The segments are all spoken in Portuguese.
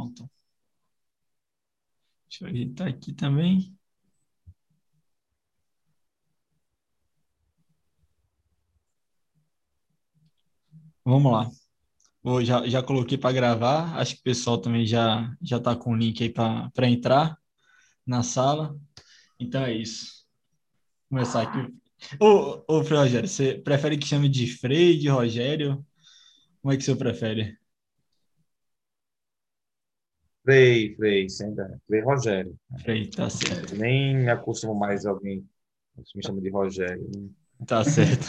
Pronto. Deixa eu editar aqui também. Vamos lá. Já coloquei para gravar. Acho que o pessoal também já está com o link aí para entrar na sala. Então é isso. Vou começar aqui. Frei Rogério, você prefere que chame de Frei, de Rogério? Como é que você prefere? Frei, sempre. Frei Rogério. Frei, tá certo. Nem me acostumo mais a alguém que me chama de Rogério. Tá certo.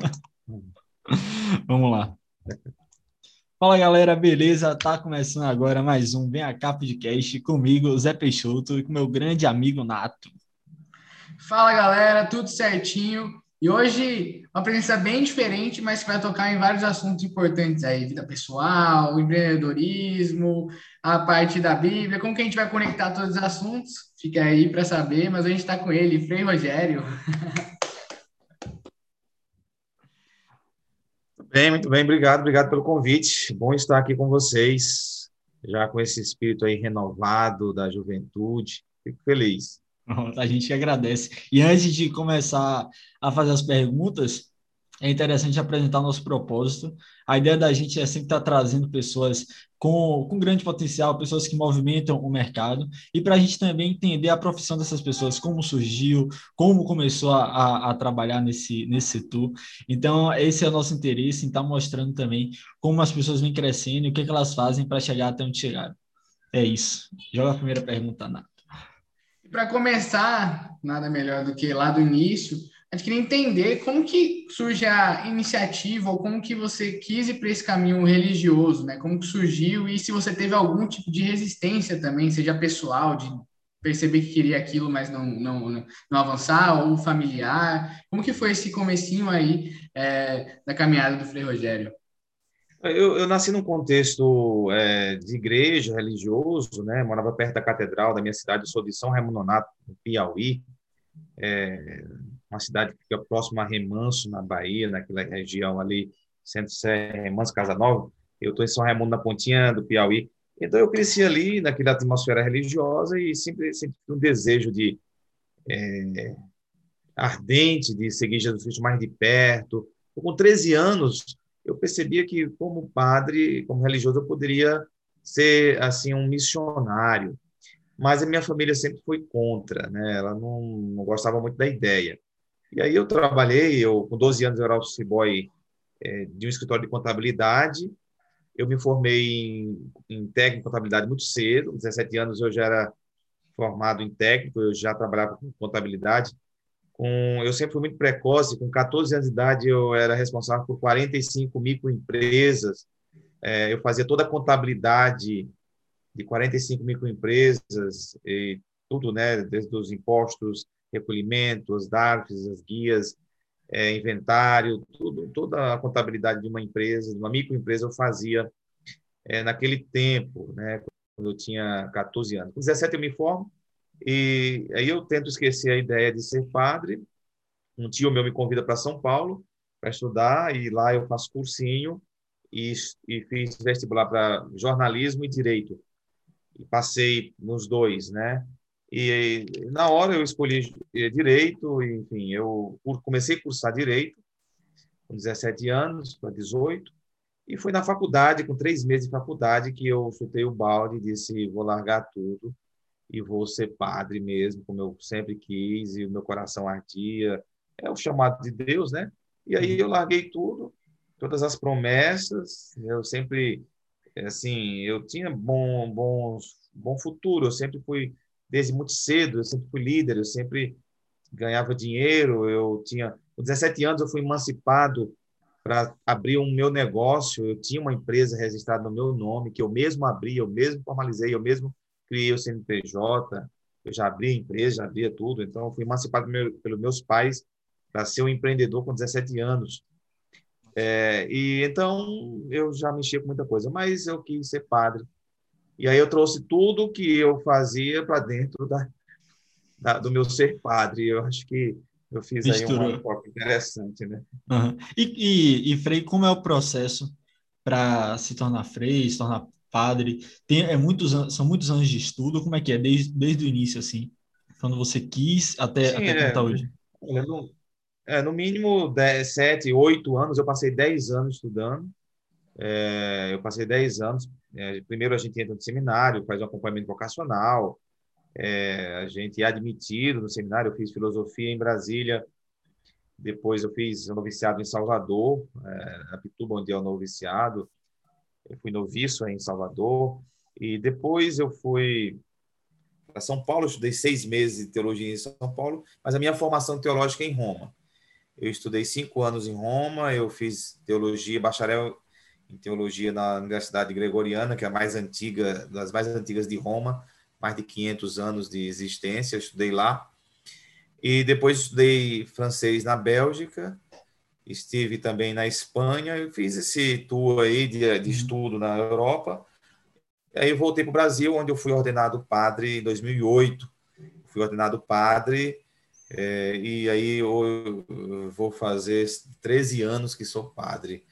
Vamos lá. Fala galera, beleza? Tá começando agora mais um Vem Cá Podcast comigo, Zé Peixoto, e com meu grande amigo Nato. Fala galera, tudo certinho? E hoje uma presença bem diferente, mas que vai tocar em vários assuntos importantes aí, vida pessoal, empreendedorismo, a parte da Bíblia, como que a gente vai conectar todos os assuntos? Fica aí para saber, mas a gente está com ele, Frei Rogério. Muito bem, obrigado pelo convite. Bom estar aqui com vocês, já com esse espírito aí renovado da juventude. Fico feliz. A gente agradece. E antes de começar a fazer as perguntas, é interessante apresentar nosso propósito. A ideia da gente é sempre estar trazendo pessoas com grande potencial, pessoas que movimentam o mercado, e para a gente também entender a profissão dessas pessoas, como surgiu, como começou a trabalhar nesse setor. Então, esse é o nosso interesse em estar mostrando também como as pessoas vêm crescendo e o que, que elas fazem para chegar até onde chegaram. É isso. Joga a primeira pergunta, Ana. E para começar, nada melhor do que lá do início, a gente queria entender como que surge a iniciativa ou como que você quis ir para esse caminho religioso, né? Como que surgiu e se você teve algum tipo de resistência também, seja pessoal, de perceber que queria aquilo, mas não avançar, ou familiar. Como que foi esse comecinho aí da caminhada do Frei Rogério? Eu nasci num contexto de igreja, religioso, né? Morava perto da catedral da minha cidade, eu sou de São Raimundo Nonato, no Piauí, uma cidade que fica próxima a Remanso, na Bahia, naquela região ali, Centro-Sé, Remanso, Casa Nova. Eu estou em São Raimundo, na pontinha do Piauí. Então, eu cresci ali, naquela atmosfera religiosa, e sempre tive um desejo ardente de seguir Jesus Cristo mais de perto. Com 13 anos, eu percebia que, como padre, como religioso, eu poderia ser assim um missionário. Mas a minha família sempre foi contra, né? Ela não gostava muito da ideia. E aí eu trabalhei, com 12 anos eu era office boy de um escritório de contabilidade. Eu me formei em técnico de contabilidade muito cedo, 17 anos eu já era formado em técnico, eu já trabalhava com contabilidade. Eu sempre fui muito precoce, com 14 anos de idade eu era responsável por 45 microempresas. Eu fazia toda a contabilidade de 45 microempresas, e tudo, né, desde os impostos, recolhimentos, DARFs, as guias, inventário, tudo, toda a contabilidade de uma empresa, de uma microempresa eu fazia naquele tempo, né, quando eu tinha 14 anos. Com 17 eu me formo, e aí eu tento esquecer a ideia de ser padre. Um tio meu me convida para São Paulo para estudar, e lá eu faço cursinho e, e fiz vestibular para jornalismo e direito. E passei nos dois, né? E na hora eu escolhi direito, e, enfim, eu comecei a cursar direito com 17 anos para 18, e foi na faculdade, com 3 meses de faculdade, que eu chutei o balde e disse: vou largar tudo e vou ser padre mesmo, como eu sempre quis, e o meu coração ardia. É o chamado de Deus, né? E aí eu larguei tudo, todas as promessas. Eu sempre, assim, eu tinha bom futuro. Eu sempre fui, desde muito cedo, eu sempre fui líder, eu sempre ganhava dinheiro. Com 17 anos, eu fui emancipado para abrir um meu negócio. Eu tinha uma empresa registrada no meu nome, que eu mesmo abri, eu mesmo formalizei, eu mesmo criei o CNPJ, eu já abri a empresa, já abria tudo. Então, eu fui emancipado pelos meus pais para ser um empreendedor com 17 anos. E então, eu já mexia com muita coisa, mas eu quis ser padre. E aí eu trouxe tudo que eu fazia para dentro do meu ser padre. Eu acho que eu fiz aí uma Misturou. foto interessante, né? Aham. E Frei, como é o processo para se tornar Frei, se tornar padre? São muitos anos de estudo? Como é que é? Desde o início, assim, quando você quis Sim, até como está hoje? olha, no mínimo 10, 7, 8 anos, eu passei 10 anos estudando. Eu passei 10 anos. Primeiro a gente entra no seminário, faz um acompanhamento vocacional, a gente é admitido no seminário. Eu fiz filosofia em Brasília, depois eu fiz um noviciado em Salvador, na Pituba, onde é o noviciado. Eu fui noviço em Salvador, e depois eu fui para São Paulo. Eu estudei 6 meses de teologia em São Paulo, mas a minha formação teológica é em Roma. Eu estudei 5 anos em Roma. Eu fiz teologia, bacharel em teologia na Universidade Gregoriana, que é a mais antiga, das mais antigas de Roma, mais de 500 anos de existência. Eu estudei lá. E depois estudei francês na Bélgica, estive também na Espanha. Eu fiz esse tour aí de Uhum. estudo na Europa. E aí eu voltei para o Brasil, onde eu fui ordenado padre em 2008. Fui ordenado padre, e aí eu vou fazer 13 anos que sou padre.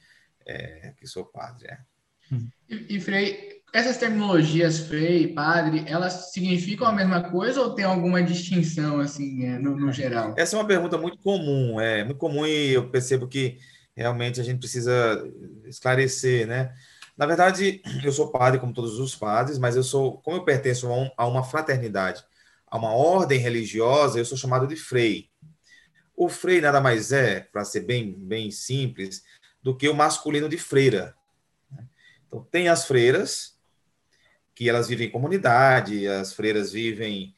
Uhum. E Frei, essas terminologias, Frei, padre, elas significam a mesma coisa ou tem alguma distinção, assim, no geral? Essa é uma pergunta muito comum, e eu percebo que realmente a gente precisa esclarecer, né? Na verdade, eu sou padre como todos os padres, mas como eu pertenço a uma fraternidade, a uma ordem religiosa, eu sou chamado de frei. O frei nada mais é, para ser bem simples, do que o masculino de freira. Então, tem as freiras, que elas vivem em comunidade. As freiras vivem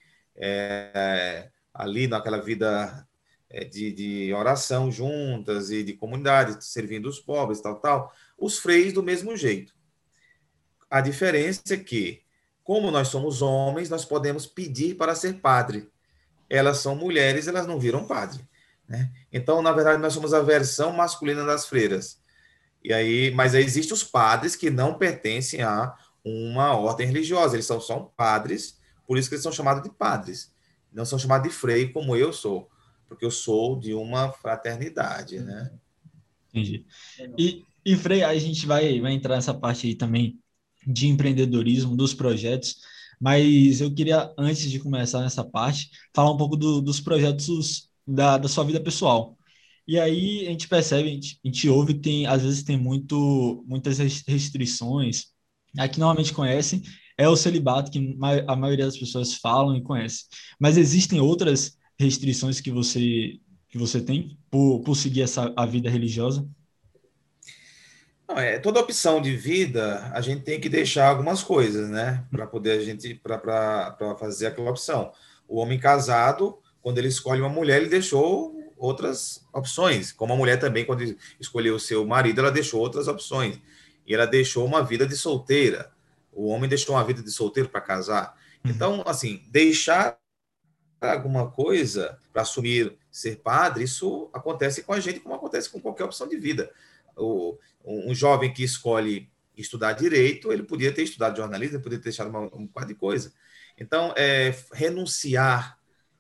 ali naquela vida de oração juntas e de comunidade, servindo os pobres, tal. Os freis do mesmo jeito. A diferença é que, como nós somos homens, nós podemos pedir para ser padre. Elas são mulheres, elas não viram padre, né? Então, na verdade, nós somos a versão masculina das freiras. E aí, mas aí existem os padres que não pertencem a uma ordem religiosa. Eles são só padres, por isso que eles são chamados de padres. Não são chamados de frei, como eu sou, porque eu sou de uma fraternidade, né? Entendi. E Frei, a gente vai entrar nessa parte aí também de empreendedorismo, dos projetos, mas eu queria, antes de começar nessa parte, falar um pouco dos projetos da sua vida pessoal. E aí a gente percebe, a gente ouve que às vezes tem muitas restrições. A que normalmente conhecem é o celibato, que a maioria das pessoas falam e conhece. Mas existem outras restrições que você tem por seguir a vida religiosa? Não, toda opção de vida, a gente tem que deixar algumas coisas, né? Para poder a gente, para fazer aquela opção. O homem casado, quando ele escolhe uma mulher, ele deixou outras opções. Como a mulher também, quando escolheu o seu marido, ela deixou outras opções. E ela deixou uma vida de solteira. O homem deixou uma vida de solteiro para casar. Uhum. Então, assim, deixar alguma coisa para assumir ser padre, isso acontece com a gente como acontece com qualquer opção de vida. Um jovem que escolhe estudar direito, ele podia ter estudado jornalismo, ele podia ter deixado um bocado de coisa. Então, renunciar,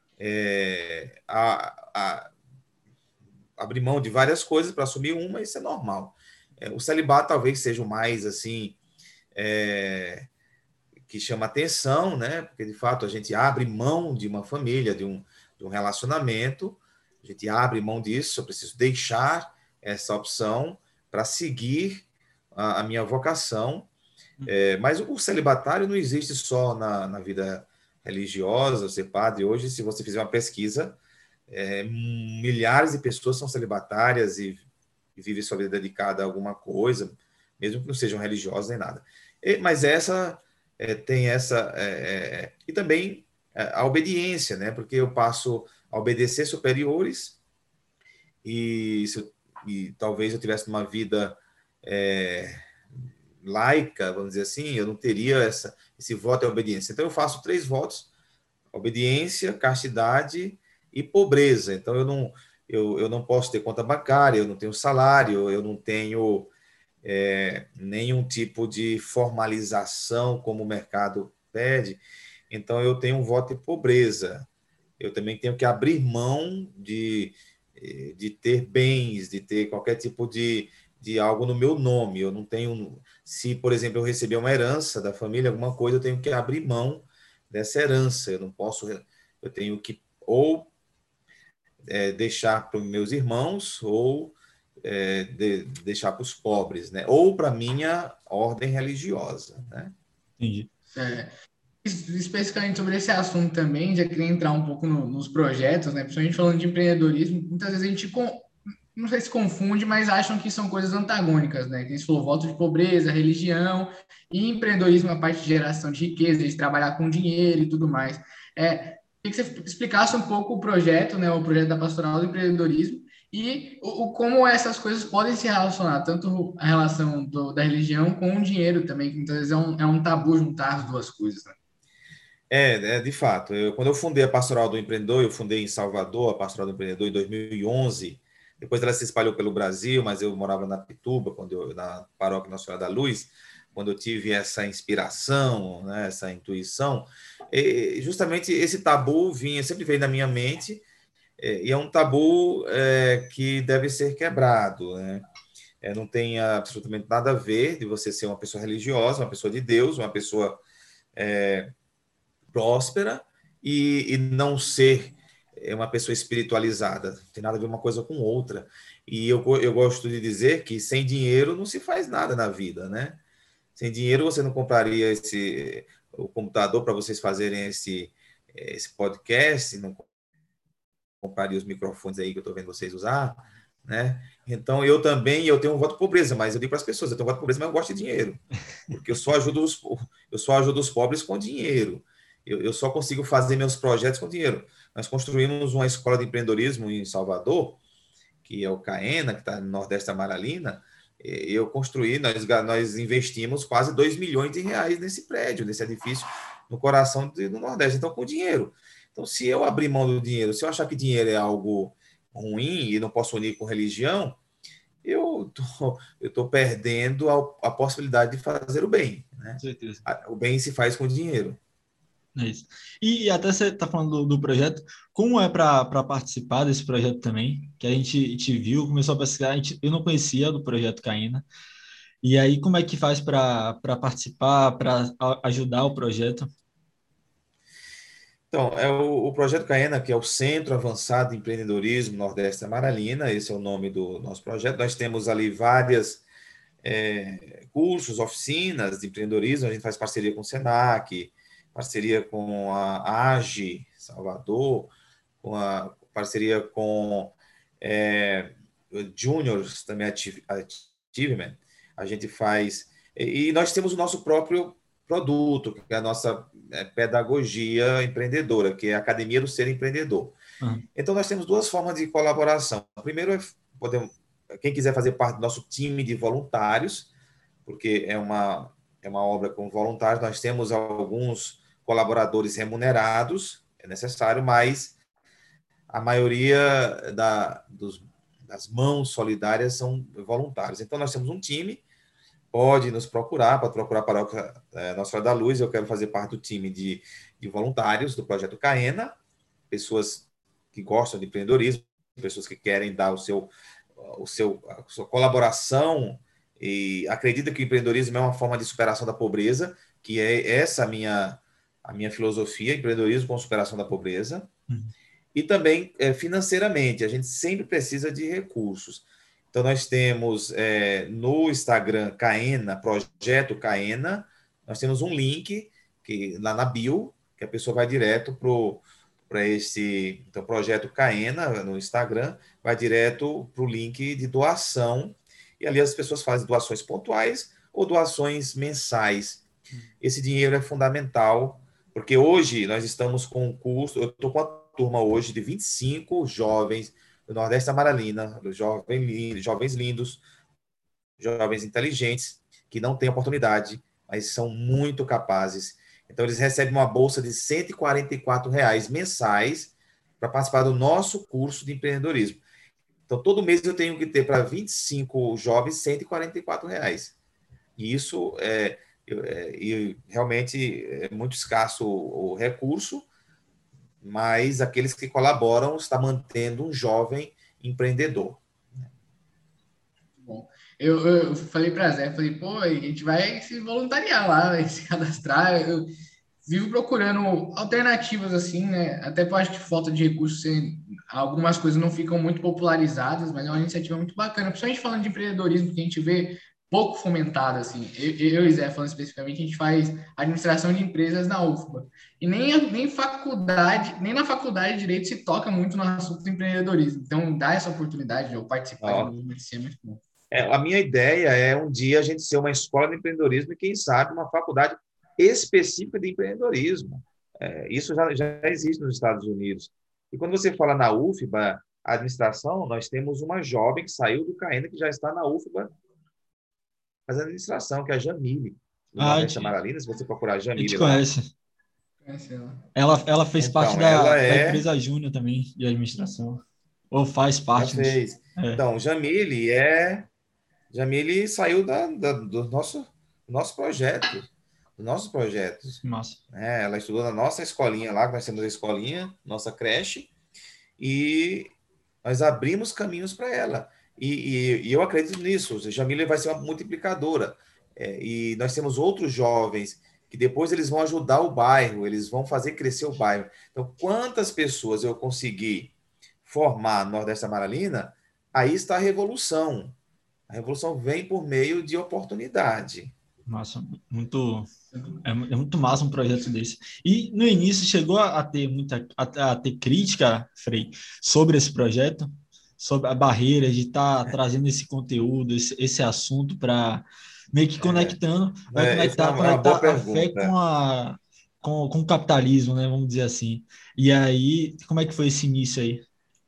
a abrir mão de várias coisas para assumir uma, isso é normal. O celibato talvez seja o mais assim, que chama atenção, né? Porque de fato a gente abre mão de uma família, de um relacionamento, a gente abre mão disso. Eu preciso deixar essa opção para seguir a minha vocação. Mas o celibatário não existe só na vida religiosa, ser padre. Hoje, se você fizer uma pesquisa, milhares de pessoas são celibatárias e vivem sua vida dedicada a alguma coisa, mesmo que não sejam religiosas nem nada. Mas tem essa. E também a obediência, né? Porque eu passo a obedecer superiores, e, e talvez eu tivesse uma vida laica, vamos dizer assim, eu não teria esse voto à obediência. Então eu faço 3 votos: obediência, castidade e pobreza. Então eu não posso ter conta bancária, eu não tenho salário, eu não tenho nenhum tipo de formalização como o mercado pede. Então eu tenho um voto de pobreza. Eu também tenho que abrir mão de ter bens, de ter qualquer tipo de algo no meu nome. Eu não tenho, se, por exemplo, eu receber uma herança da família, alguma coisa, eu tenho que abrir mão dessa herança. Eu não posso, eu tenho que ou deixar para os meus irmãos ou deixar para os pobres, né? Ou para minha ordem religiosa, né? Entendi. É, especificamente sobre esse assunto também, já queria entrar um pouco nos projetos, né? Principalmente falando de empreendedorismo, muitas vezes a gente não sei se confunde, mas acham que são coisas antagônicas, né? Que você falou, voto de pobreza, religião e empreendedorismo, a parte de geração de riqueza, de trabalhar com dinheiro e tudo mais. Queria que você explicasse um pouco o projeto, né? O projeto da Pastoral do Empreendedorismo e como essas coisas podem se relacionar, tanto a relação da religião com o dinheiro também, que muitas vezes é um tabu juntar as duas coisas, né? De fato. Quando eu fundei a Pastoral do Empreendedor, eu fundei em Salvador a Pastoral do Empreendedor em 2011. Depois ela se espalhou pelo Brasil, mas eu morava na Pituba, na Paróquia Nossa Senhora da Luz, quando eu tive essa inspiração, né, essa intuição. E justamente esse tabu sempre veio na minha mente, e é um tabu que deve ser quebrado, né? Não tem absolutamente nada a ver de você ser uma pessoa religiosa, uma pessoa de Deus, uma pessoa próspera e não ser uma pessoa espiritualizada. Não tem nada a ver uma coisa com outra. E eu gosto de dizer que sem dinheiro não se faz nada na vida, né? Sem dinheiro você não compraria o computador para vocês fazerem esse podcast, não compraria os microfones aí que eu estou vendo vocês usar, né? Então eu tenho um voto de pobreza, mas eu digo para as pessoas, eu tenho um voto de pobreza, mas eu gosto de dinheiro, porque eu só ajudo os pobres com dinheiro. Eu só consigo fazer meus projetos com dinheiro. Nós construímos uma escola de empreendedorismo em Salvador, que é o CAENA, que está no Nordeste da Maralina. Nós investimos quase 2 milhões de reais nesse prédio, nesse edifício, no coração do Nordeste. Então, com dinheiro. Então, se eu abrir mão do dinheiro, se eu achar que dinheiro é algo ruim e não posso unir com religião, eu tô perdendo a possibilidade de fazer o bem, Com né? certeza. O bem se faz com dinheiro. É isso. E até você está falando do projeto, como é para participar desse projeto também? Que a gente te viu, começou a pesquisar, eu não conhecia do projeto Caína. E aí, como é que faz para participar, para ajudar o projeto? Então, é o Projeto Caena, que é o Centro Avançado de Empreendedorismo Nordeste da Maralina, esse é o nome do nosso projeto. Nós temos ali várias cursos, oficinas de empreendedorismo, a gente faz parceria com o Senac, parceria com a AGE Salvador, parceria com Juniors, também Achievement, a gente faz, e nós temos o nosso próprio produto, que é a nossa pedagogia empreendedora, que é a Academia do Ser Empreendedor. Uhum. Então, nós temos duas formas de colaboração. Primeiro, quem quiser fazer parte do nosso time de voluntários, porque é uma obra com voluntários, nós temos alguns colaboradores remunerados, é necessário, mas a maioria das mãos solidárias são voluntários. Então, nós temos um time, pode procurar a Paróquia Nossa Senhora da Luz, eu quero fazer parte do time de voluntários do Projeto Caena, pessoas que gostam de empreendedorismo, pessoas que querem dar a sua colaboração e acredita que o empreendedorismo é uma forma de superação da pobreza, que é essa a minha filosofia, empreendedorismo com superação da pobreza. Uhum. E também financeiramente, a gente sempre precisa de recursos. Então, nós temos no Instagram Caena, Projeto Caena, nós temos um link lá na bio, que a pessoa vai direto para esse então, Projeto Caena no Instagram, vai direto para o link de doação, e ali as pessoas fazem doações pontuais ou doações mensais. Esse dinheiro é fundamental, porque hoje nós estamos com um curso, eu estou com a turma hoje de 25 jovens do Nordeste da Maralina, jovens lindos, jovens inteligentes, que não têm oportunidade, mas são muito capazes. Então, eles recebem uma bolsa de R$ 144 mensais para participar do nosso curso de empreendedorismo. Então, todo mês eu tenho que ter para 25 jovens R$ 144. E isso e realmente é muito escasso o recurso, mas aqueles que colaboram está mantendo um jovem empreendedor. Bom, eu falei para Zé, falei, pô, a gente vai se voluntariar lá, vai se cadastrar. Eu vivo procurando alternativas assim, né? Até porque eu acho que falta de recursos, algumas coisas não ficam muito popularizadas, mas é uma iniciativa muito bacana, principalmente falando de empreendedorismo, que a gente vê pouco fomentado, assim. Eu e Zé, falando especificamente, a gente faz administração de empresas na UFBA. E nem na faculdade de Direito se toca muito no assunto do empreendedorismo. Então, dar essa oportunidade de eu participar de Ó, novo, vai ser muito bom. a minha ideia é um dia a gente ser uma escola de empreendedorismo e, quem sabe, uma faculdade específica de empreendedorismo. Isso já existe nos Estados Unidos. E quando você fala na UFBA, a administração, nós temos uma jovem que saiu do CAENA que já está na UFBA fazendo administração, que é a Jamile, do Ah, Nordeste Amaralina. Se você procurar a a gente Jamile lá, conhece. Conhece ela? Ela fez parte então, ela da é empresa Júnior também, de administração. Ou faz já parte, né? fez. É, Então, Jamile saiu do nosso projeto, dos nossos projetos. massa. Né? Ela estudou na nossa escolinha lá, que nós temos a escolinha, nossa creche, e nós abrimos caminhos para ela. E eu acredito nisso. Jamile vai ser uma multiplicadora. E nós temos outros jovens que depois eles vão ajudar o bairro, eles vão fazer crescer o bairro. Então, quantas pessoas eu consegui formar no Nordeste Amaralina, aí está a revolução. A revolução vem por meio de oportunidade. Massa, é muito massa um projeto desse. E no início chegou a ter a ter crítica, Frei, sobre esse projeto, sobre a barreira de estar trazendo esse conteúdo, esse assunto para meio que conectando, vai Essa é conectar, uma boa conectar a fé pergunta. com o capitalismo, né? Vamos dizer assim. E aí, como é que foi esse início aí?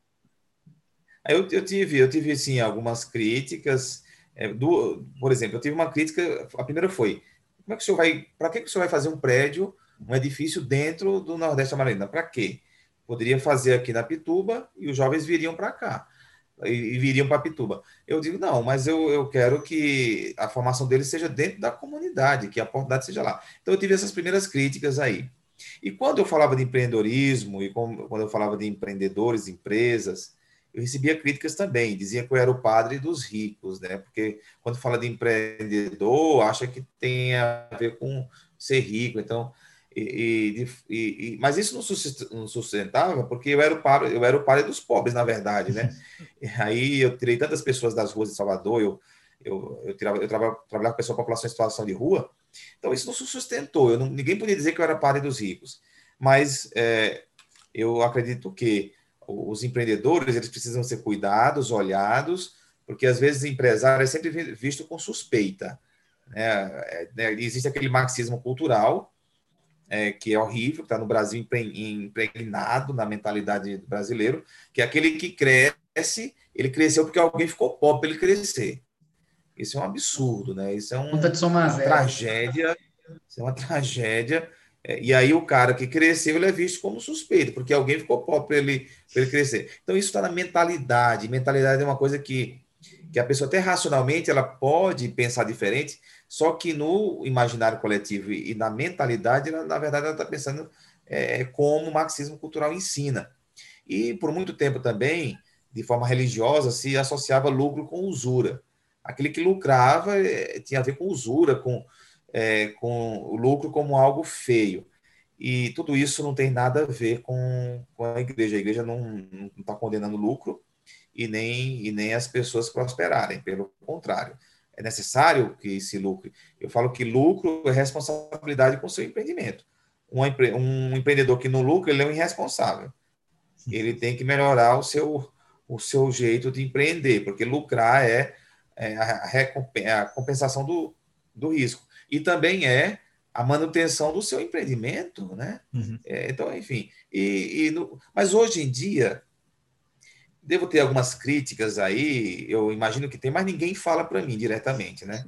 Aí eu tive sim, algumas críticas. Por exemplo, eu tive uma crítica. A primeira foi: como é que o senhor vai, para que o senhor vai fazer um prédio, um edifício dentro do Nordeste Amaralina? Para quê? Poderia fazer aqui na Pituba e os jovens viriam para cá e viriam para Pituba. Eu digo, não, mas eu quero que a formação deles seja dentro da comunidade, que a oportunidade seja lá. Então eu tive essas primeiras críticas aí. E quando eu falava de empreendedorismo e quando eu falava de empreendedores, empresas, eu recebia críticas também. Dizia que eu era o padre dos ricos, né? Porque quando fala de empreendedor, acha que tem a ver com ser rico. Então, mas isso não sustentava, porque eu era o padre dos pobres, na verdade, né? E aí eu tirei tantas pessoas das ruas de Salvador, eu trabalhava com pessoas, população em situação de rua, então isso não se sustentou. Ninguém podia dizer que eu era padre dos ricos, mas eu acredito que os empreendedores eles precisam ser cuidados, olhados, porque às vezes o empresário é sempre visto com suspeita, né? Existe aquele marxismo cultural que é horrível, que está no Brasil impregnado na mentalidade do brasileiro, que é aquele que cresce, ele cresceu porque alguém ficou pobre para ele crescer. Isso é um absurdo, né? Isso é Conta de somar uma zero. tragédia, isso é uma tragédia. E aí o cara que cresceu, ele é visto como suspeito, porque alguém ficou pobre para ele crescer. Então isso está na mentalidade. Mentalidade é uma coisa que a pessoa até racionalmente ela pode pensar diferente, só que no imaginário coletivo e na mentalidade, ela, na verdade, ela está pensando como o marxismo cultural ensina. E por muito tempo também, de forma religiosa, se associava lucro com usura. Aquele que lucrava tinha a ver com usura, com o lucro como algo feio. E tudo isso não tem nada a ver com a igreja. A igreja não está condenando lucro, e nem as pessoas prosperarem. Pelo contrário, é necessário que se lucre. Eu falo que lucro é responsabilidade com o seu empreendimento. Um empreendedor que não lucra, ele é um irresponsável. Ele tem que melhorar o seu jeito de empreender, porque lucrar é a compensação do risco. E também é a manutenção do seu empreendimento, né? Uhum. Então, enfim. Mas hoje em dia, devo ter algumas críticas aí, eu imagino que tem, mas ninguém fala para mim diretamente, né?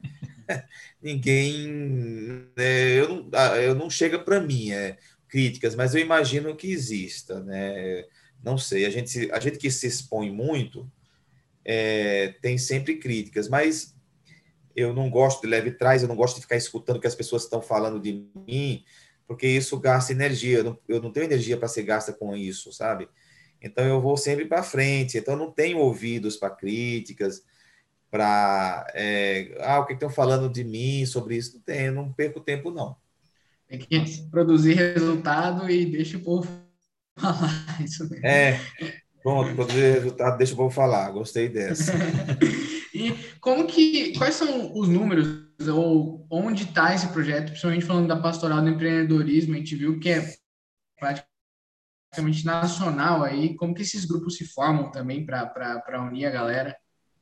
Ninguém, eu não chega para mim, críticas, mas eu imagino que exista, né? Não sei, a gente que se expõe muito tem sempre críticas, mas eu não gosto de leve trás, eu não gosto de ficar escutando o que as pessoas estão falando de mim, porque isso gasta energia, eu não tenho energia para ser gasta com isso, sabe? Então eu vou sempre para frente, então eu não tenho ouvidos para críticas, para o que estão falando de mim sobre isso. Não tem, eu não perco tempo, não. Tem que produzir resultado e deixa o povo falar isso mesmo. Pronto, produzir resultado, deixa o povo falar. Gostei dessa. E quais são os números ou onde está esse projeto, principalmente falando da pastoral do empreendedorismo, a gente viu que é praticamente nacional aí, como que esses grupos se formam também para unir a galera?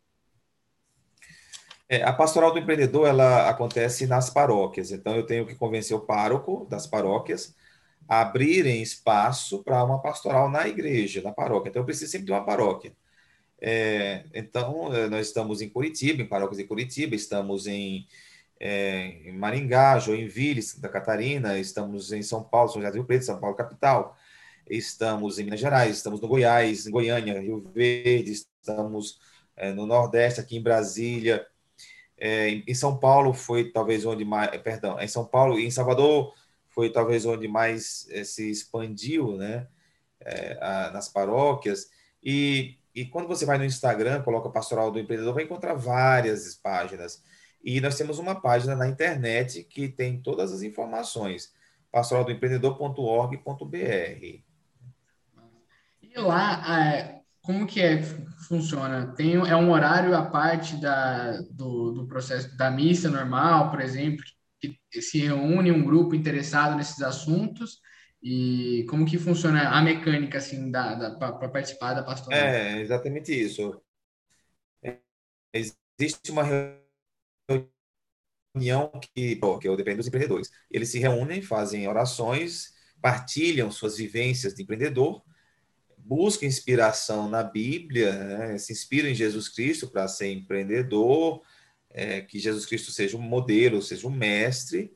A pastoral do empreendedor, ela acontece nas paróquias, então eu tenho que convencer o pároco das paróquias a abrirem espaço para uma pastoral na igreja, na paróquia. Então eu preciso sempre de uma paróquia. Então, nós estamos em Curitiba, em paróquias de Curitiba, estamos em Maringá, Joinville, Santa Catarina, estamos em São Paulo, São José do Rio Preto, São Paulo capital, estamos em Minas Gerais, estamos no Goiás, em Goiânia, Rio Verde, estamos no Nordeste, aqui em Brasília, em São Paulo foi talvez onde mais, perdão, em São Paulo e em Salvador foi talvez onde mais se expandiu, né, nas paróquias. E quando você vai no Instagram, coloca Pastoral do Empreendedor, vai encontrar várias páginas. E nós temos uma página na internet que tem todas as informações, pastoraldoempreendedor.org.br. E lá, como que funciona? É um horário à parte do processo da missa normal, por exemplo, que se reúne um grupo interessado nesses assuntos e como que funciona a mecânica assim para participar da pastoral? É exatamente isso. Existe uma reunião que eu dependo dos empreendedores. Eles se reúnem, fazem orações, partilham suas vivências de empreendedor, buscam inspiração na Bíblia, né? Se inspiram em Jesus Cristo para ser empreendedor, que Jesus Cristo seja um modelo, seja um mestre,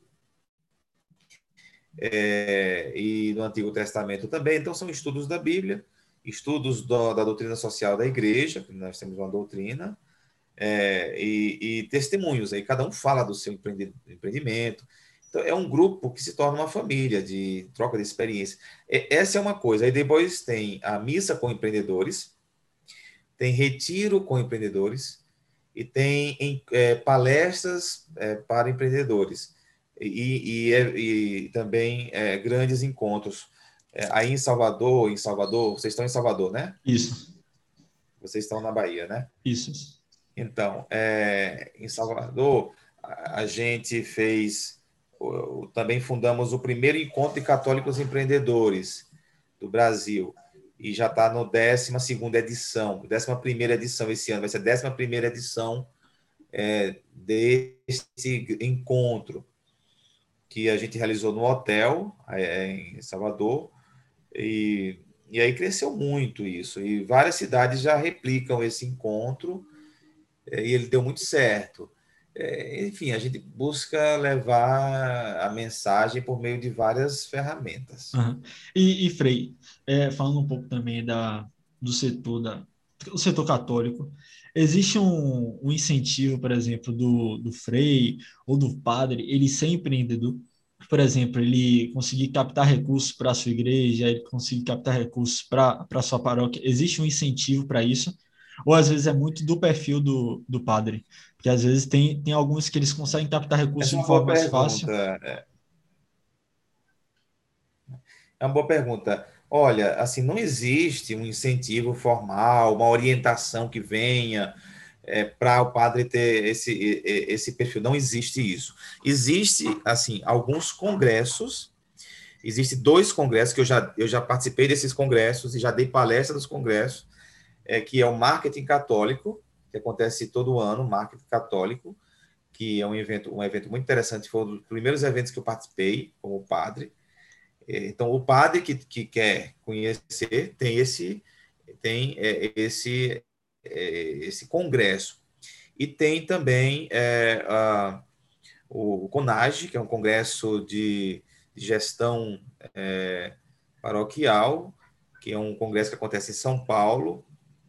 e no Antigo Testamento também. Então, são estudos da Bíblia, estudos da doutrina social da igreja, nós temos uma doutrina, e testemunhos. Aí cada um fala do seu empreendimento. Então, é um grupo que se torna uma família de troca de experiência. Essa é uma coisa. Aí depois tem a missa com empreendedores, tem retiro com empreendedores e tem palestras para empreendedores e também grandes encontros. Aí em Salvador, vocês estão em Salvador, né? Isso, Vocês estão na Bahia, né? isso. Então, em Salvador, a gente também fundamos o primeiro encontro de católicos empreendedores do Brasil, e já está no 12ª edição, 11ª edição esse ano, vai ser a 11ª edição desse encontro, que a gente realizou no hotel, em Salvador, e aí cresceu muito isso, e várias cidades já replicam esse encontro, e ele deu muito certo. Enfim, a gente busca levar a mensagem por meio de várias ferramentas. Uhum. Frei, falando um pouco também do setor do setor católico, existe um incentivo, por exemplo, do Frei ou do padre, ele ser empreendedor? Por exemplo, ele conseguir captar recursos para a sua igreja, ele conseguir captar recursos para a sua paróquia, existe um incentivo para isso? Ou às vezes é muito do perfil do padre? Porque às vezes tem alguns que eles conseguem captar recursos Essa é de uma boa forma mais fácil. pergunta. É uma boa pergunta. Olha, assim, não existe um incentivo formal, uma orientação que venha para o padre ter esse perfil. Não existe isso. Existe, assim, alguns congressos. Existem 2 congressos que eu já participei desses congressos e já dei palestra dos congressos, que é o Marketing Católico, que acontece todo ano, Marketing Católico, que é um evento muito interessante. Foi um dos primeiros eventos que eu participei como padre. Então, o padre que quer conhecer tem esse congresso. E tem também o CONAGE, que é um congresso de gestão paroquial, que é um congresso que acontece em São Paulo,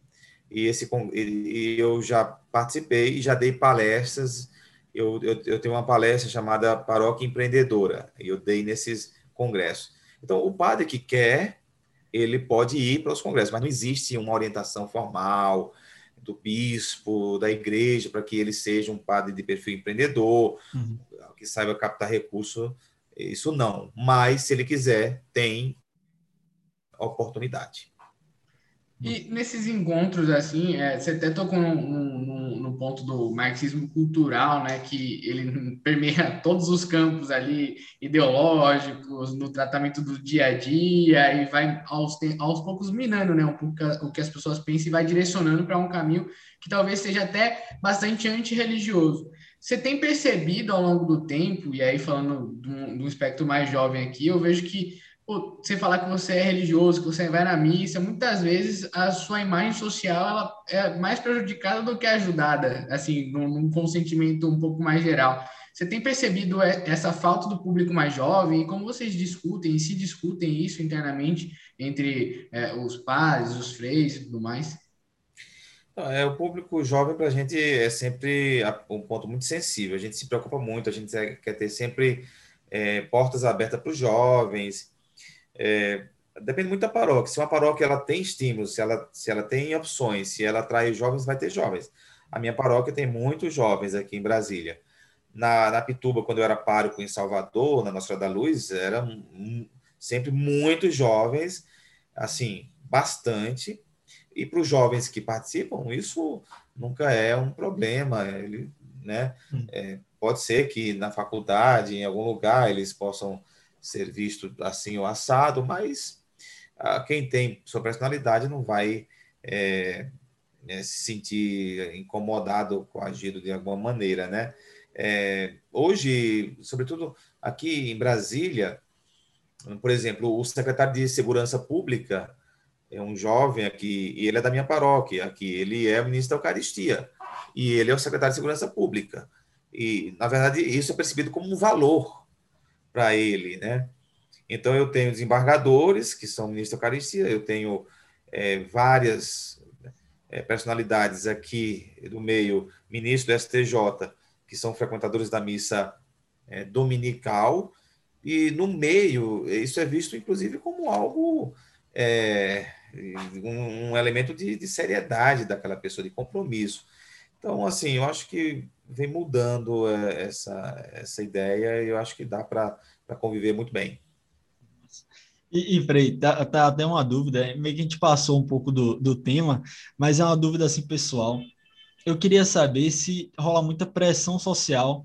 e eu já participei e já dei palestras. Eu tenho uma palestra chamada Paróquia Empreendedora, e eu dei nesses congressos. Então, o padre que quer, ele pode ir para os congressos, mas não existe uma orientação formal, do bispo, da igreja, para que ele seja um padre de perfil empreendedor, que saiba captar recurso, isso não. Mas, se ele quiser, tem oportunidade. E nesses encontros, assim, você até tocou no ponto do marxismo cultural, né, que ele permeia todos os campos ali ideológicos, no tratamento do dia a dia, e vai aos poucos minando, né, um pouco o que as pessoas pensam e vai direcionando para um caminho que talvez seja até bastante antirreligioso. Você tem percebido ao longo do tempo, e aí falando de um espectro mais jovem aqui, eu vejo que pô, você falar que você é religioso, que você vai na missa, muitas vezes a sua imagem social ela é mais prejudicada do que ajudada, assim, num consentimento um pouco mais geral. Você tem percebido essa falta do público mais jovem e como vocês discutem e se discutem isso internamente entre os padres, os freios e tudo mais? O público jovem para a gente é sempre um ponto muito sensível. A gente se preocupa muito, a gente quer ter sempre portas abertas para os jovens. Depende muito da paróquia. Se uma paróquia ela tem estímulos, se ela tem opções, se ela atrai jovens, vai ter jovens. A minha paróquia tem muitos jovens aqui em Brasília. Na Pituba, quando eu era pároco em Salvador, na Nossa Senhora da Luz, eram sempre muitos jovens, assim, bastante. E para os jovens que participam, isso nunca é um problema. Ele, né, pode ser que na faculdade, em algum lugar, eles possam ser vistos assim ou assado, mas quem tem sua personalidade não vai se sentir incomodado, coagido de alguma maneira, né? Hoje, sobretudo aqui em Brasília, por exemplo, o secretário de Segurança Pública é um jovem aqui, e ele é da minha paróquia aqui, ele é o ministro da Eucaristia, e ele é o secretário de Segurança Pública. E, na verdade, isso é percebido como um valor para ele, né? Então, eu tenho desembargadores, que são ministros da Eucaristia, eu tenho várias personalidades aqui do meio, ministro do STJ, que são frequentadores da missa dominical, e no meio, isso é visto, inclusive, como algo, um elemento de seriedade daquela pessoa, de compromisso. Então, assim, eu acho que vem mudando essa ideia e eu acho que dá para conviver muito bem. E Frei, tá até uma dúvida, meio que a gente passou um pouco do tema, mas é uma dúvida assim pessoal. Eu queria saber se rola muita pressão social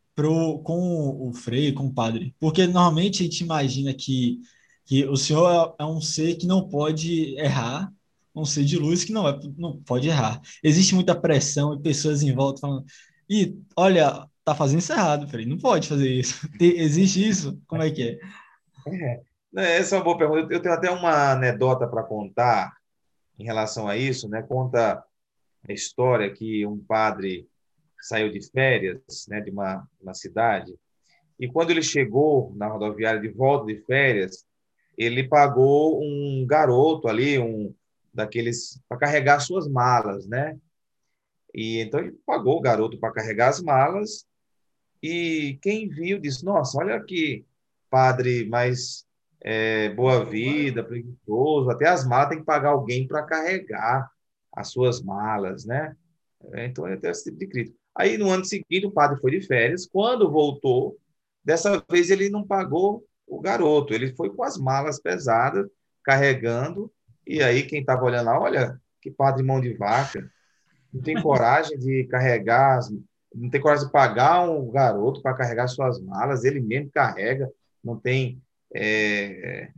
com o Frei, com o padre, porque normalmente a gente imagina que o senhor é um ser que não pode errar, um ser de luz que não pode errar. Existe muita pressão e pessoas em volta falando, olha, tá fazendo isso errado, Frei, não pode fazer isso. Existe isso? Como é que é? Essa é uma boa pergunta. Eu tenho até uma anedota para contar em relação a isso, né? Conta a história que um padre saiu de férias, né, de uma cidade, e quando ele chegou na rodoviária de volta de férias, ele pagou um garoto ali, um daqueles, para carregar suas malas, né? E então ele pagou o garoto para carregar as malas, e quem viu disse: Nossa, olha que padre mais boa vida, preguiçoso, até as malas tem que pagar alguém para carregar as suas malas, né? Então, ele tem esse tipo de crítica. Aí, no ano seguinte, o padre foi de férias. Quando voltou, dessa vez ele não pagou o garoto. Ele foi com as malas pesadas, carregando. E aí, quem estava olhando lá, olha, que padre mão de vaca. Não tem coragem de carregar, não tem coragem de pagar um garoto para carregar suas malas. Ele mesmo carrega, não tem é,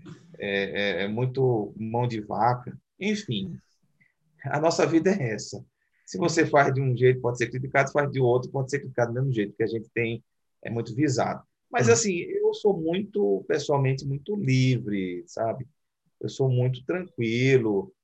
muito mão de vaca. Enfim, a nossa vida é essa. Se você faz de um jeito, pode ser criticado, se faz de outro, pode ser criticado do mesmo jeito, que a gente tem é muito visado. Mas, assim, eu sou muito, pessoalmente, muito livre, sabe? Eu sou muito tranquilo,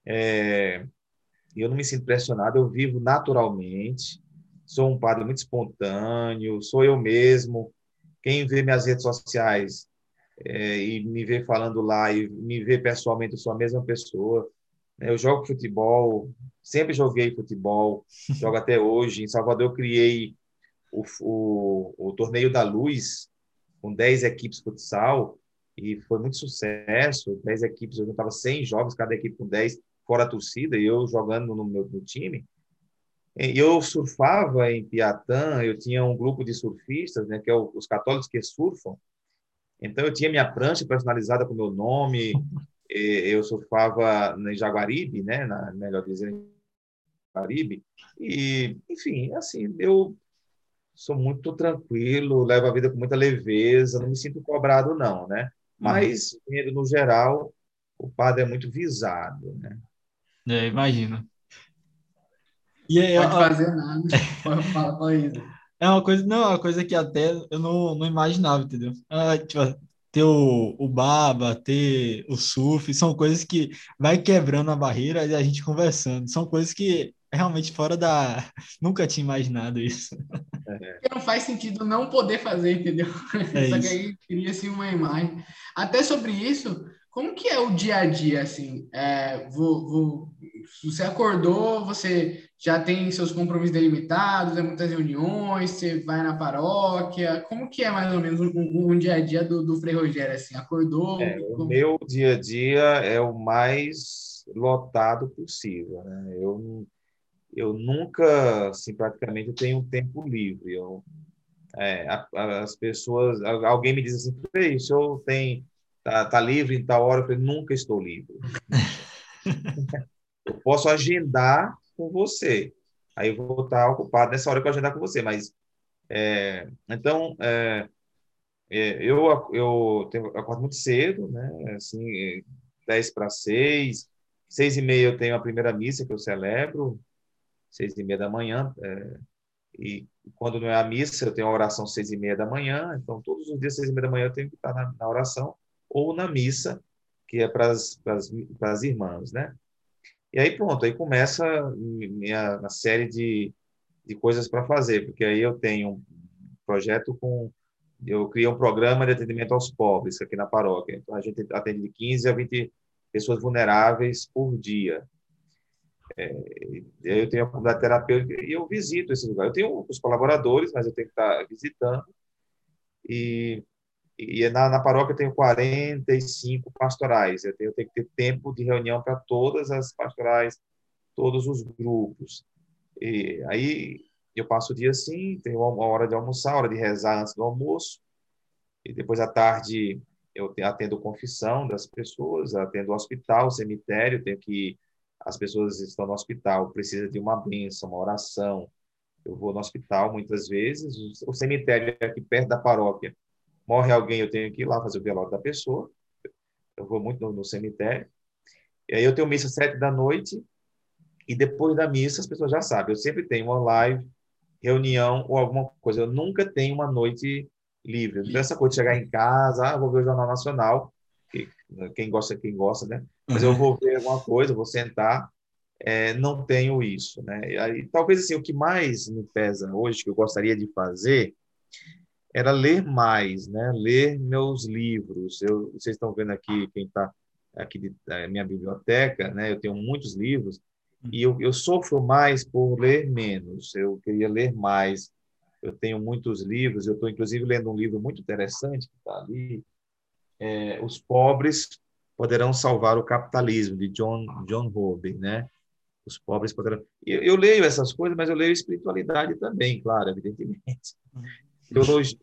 eu não me sinto pressionado, eu vivo naturalmente, sou um padre muito espontâneo, sou eu mesmo. Quem vê minhas redes sociais e me vê falando lá e me vê pessoalmente, eu sou a mesma pessoa. Eu jogo futebol, sempre joguei futebol, jogo até hoje. Em Salvador, eu criei o Torneio da Luz, com 10 equipes de futsal, e foi muito sucesso. 10 equipes, eu juntava 100 jovens, cada equipe com 10. fora a torcida, e eu jogando no time. E eu surfava em Piatã, eu tinha um grupo de surfistas, né, que é os católicos que surfam. Então, eu tinha minha prancha personalizada com meu nome, eu surfava em Jaguaribe, né, melhor dizendo, em Jaguaribe. E, enfim, assim, eu sou muito tranquilo, levo a vida com muita leveza, não me sinto cobrado, não, né? Uhum. Mas, no geral, o padre é muito visado, né? Imagino. E aí, Pode fazer nada. Fala isso. é uma coisa, não, é uma coisa que até eu não imaginava, entendeu? Tipo, ter o baba, ter o surf, são coisas que vai quebrando a barreira e a gente conversando. São coisas que realmente fora da. Nunca tinha imaginado isso. Porque não faz sentido não poder fazer, entendeu? É Só que isso. aí cria-se uma imagem. Até sobre isso, como que é o dia a dia, assim? Você acordou, você já tem seus compromissos delimitados, é muitas reuniões, você vai na paróquia. Como que é mais ou menos um dia a dia do Frei Rogério, assim? Acordou? O meu dia a dia é o mais lotado possível, né? Eu nunca, assim, praticamente, tenho um tempo livre. As pessoas, alguém me diz assim, Frei, o senhor tá livre em tal hora? Eu falei, nunca estou livre. Eu posso agendar com você. Aí eu vou estar ocupado nessa hora que eu agendar com você. Mas, então, eu acordo muito cedo, né? Assim, 10 para 6, 6h30 eu tenho a primeira missa que eu celebro, 6h30 da manhã. E quando não é a missa, eu tenho a oração 6h30 da manhã. Então, todos os dias, 6h30 da manhã, eu tenho que estar na oração ou na missa, que é para as irmãs, né? E aí, pronto, aí começa minha série de coisas para fazer, porque aí eu tenho um projeto eu criei um programa de atendimento aos pobres aqui na paróquia. Então, a gente atende de 15 a 20 pessoas vulneráveis por dia. E aí eu tenho a comunidade terapêutica e eu visito esse lugar. Eu tenho os colaboradores, mas eu tenho que estar visitando. E, e na paróquia eu tenho 45 pastorais. Eu tenho que ter tempo de reunião para todas as pastorais, todos os grupos. E aí eu passo o dia assim, tenho uma hora de almoçar, hora de rezar antes do almoço, e depois à tarde eu atendo confissão das pessoas, atendo hospital, cemitério, tenho que as pessoas estão no hospital, precisa de uma bênção, uma oração. Eu vou no hospital muitas vezes, o cemitério é aqui perto da paróquia. Morre alguém, eu tenho que ir lá fazer o velório da pessoa. Eu vou muito no cemitério. E aí eu tenho missa às 7 da noite, e depois da missa as pessoas já sabem, eu sempre tenho uma live, reunião ou alguma coisa. Eu nunca tenho uma noite livre. Não tem essa coisa de chegar em casa, vou ver o Jornal Nacional, que, quem gosta, né? Mas eu Uhum. vou ver alguma coisa, vou sentar, não tenho isso, né? E aí, talvez assim, o que mais me pesa hoje, que eu gostaria de fazer, era ler mais, né? Ler meus livros. Vocês estão vendo aqui, quem está aqui, minha biblioteca, né? Eu tenho muitos livros, e eu sofro mais por ler menos. Eu queria ler mais. Eu tenho muitos livros, eu estou inclusive lendo um livro muito interessante que está ali, Os Pobres Poderão Salvar o Capitalismo, de John Hobbes, né? Os pobres poderão... Eu leio essas coisas, mas eu leio espiritualidade também, claro, evidentemente. Teologia.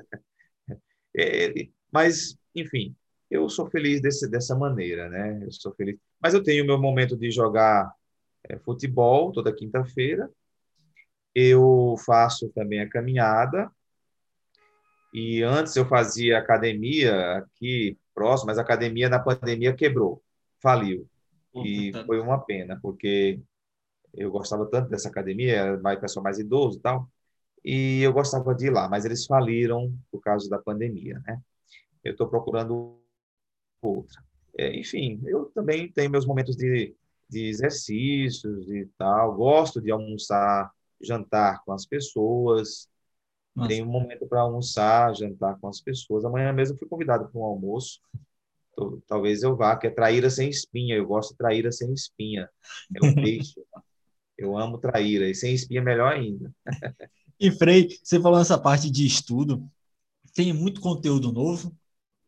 Mas, enfim, eu sou feliz dessa maneira, né? Eu sou feliz. Mas eu tenho o meu momento de jogar futebol toda quinta-feira. Eu faço também a caminhada. E antes eu fazia academia aqui próximo, mas a academia na pandemia quebrou, faliu. E foi uma pena, porque eu gostava tanto dessa academia, era mais pessoal mais idoso e tal, e eu gostava de ir lá, mas eles faliram por causa da pandemia, né? Eu estou procurando outra. Enfim, eu também tenho meus momentos de exercícios e tal, gosto de almoçar, jantar com as pessoas, Nossa. tenho um momento para almoçar, jantar com as pessoas. Amanhã mesmo eu fui convidado para um almoço, talvez eu vá, que é traíra sem espinha, eu gosto de traíra sem espinha, é o peixe, eu amo traíra, e sem espinha é melhor ainda. E Frei, você falou nessa parte de estudo, tem muito conteúdo novo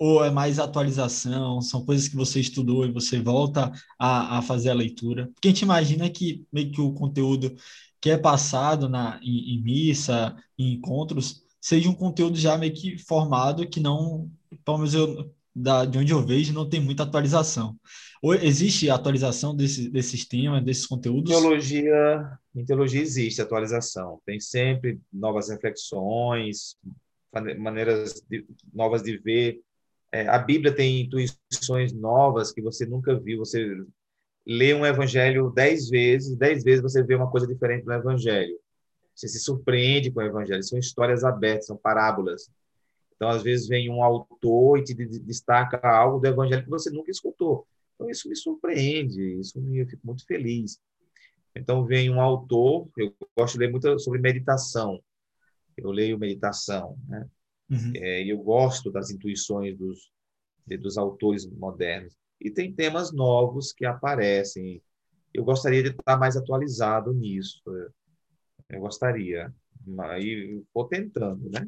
ou é mais atualização? São coisas que você estudou e você volta a fazer a leitura? Porque a gente imagina que meio que o conteúdo que é passado em missa, em encontros, seja um conteúdo já meio que formado, que não, pelo menos de onde eu vejo, não tem muita atualização. Ou existe atualização desses temas, desses conteúdos? Em teologia existe atualização. Tem sempre novas reflexões, maneiras novas de ver. A Bíblia tem intuições novas que você nunca viu. Você lê um evangelho 10 vezes, 10 vezes você vê uma coisa diferente no evangelho. Você se surpreende com o evangelho. São histórias abertas, são parábolas. Então, às vezes, vem um autor e te destaca algo do evangelho que você nunca escutou. Então, isso me surpreende, eu fico muito feliz. Então, vem um autor, eu gosto de ler muito sobre meditação. Eu leio meditação, né? Uhum. E eu gosto das intuições dos autores modernos. E tem temas novos que aparecem. Eu gostaria de estar mais atualizado nisso. Eu gostaria. Aí, estou tentando, né?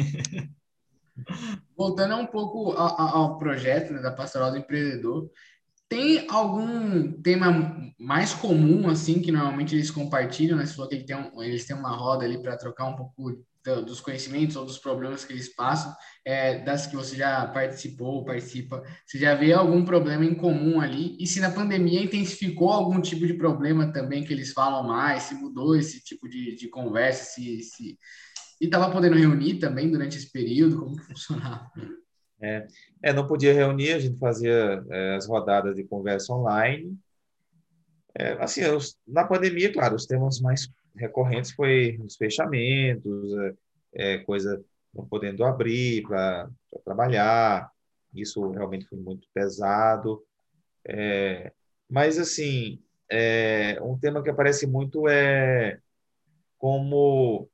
Voltando um pouco ao projeto, né, da Pastoral do Empreendedor, tem algum tema mais comum, assim, que normalmente eles compartilham, né? Você falou que eles têm uma roda ali para trocar um pouco dos conhecimentos ou dos problemas que eles passam, das que você já participou, participa. Você já vê algum problema em comum ali? E se na pandemia intensificou algum tipo de problema também que eles falam mais, se mudou esse tipo de conversa, e estava podendo reunir também durante esse período, como que funcionava? Não podia reunir, a gente fazia as rodadas de conversa online. Assim, na pandemia, claro, os temas mais recorrentes foi os fechamentos, coisa não podendo abrir para trabalhar. Isso realmente foi muito pesado. Mas, assim, um tema que aparece muito é como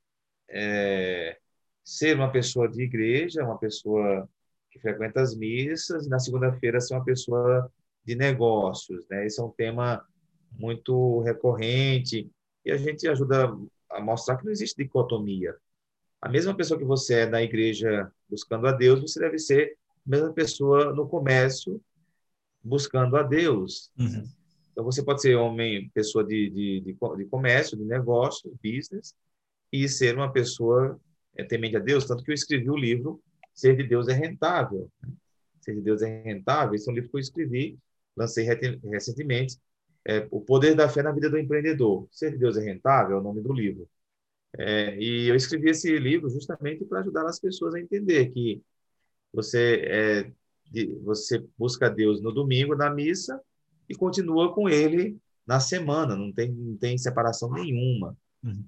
ser uma pessoa de igreja, uma pessoa que frequenta as missas, e na segunda-feira ser uma pessoa de negócios, né? Esse é um tema muito recorrente e a gente ajuda a mostrar que não existe dicotomia. A mesma pessoa que você é na igreja buscando a Deus, você deve ser a mesma pessoa no comércio buscando a Deus. Uhum. Então, você pode ser homem, pessoa de comércio, de negócio, business, e ser uma pessoa temente a Deus, tanto que eu escrevi o livro Ser de Deus é Rentável. Ser de Deus é Rentável, esse é um livro que eu escrevi, lancei recentemente, O Poder da Fé na Vida do Empreendedor. Ser de Deus é Rentável é o nome do livro. E eu escrevi esse livro justamente para ajudar as pessoas a entender que você busca Deus no domingo, na missa, e continua com ele na semana, não tem separação nenhuma. Uhum.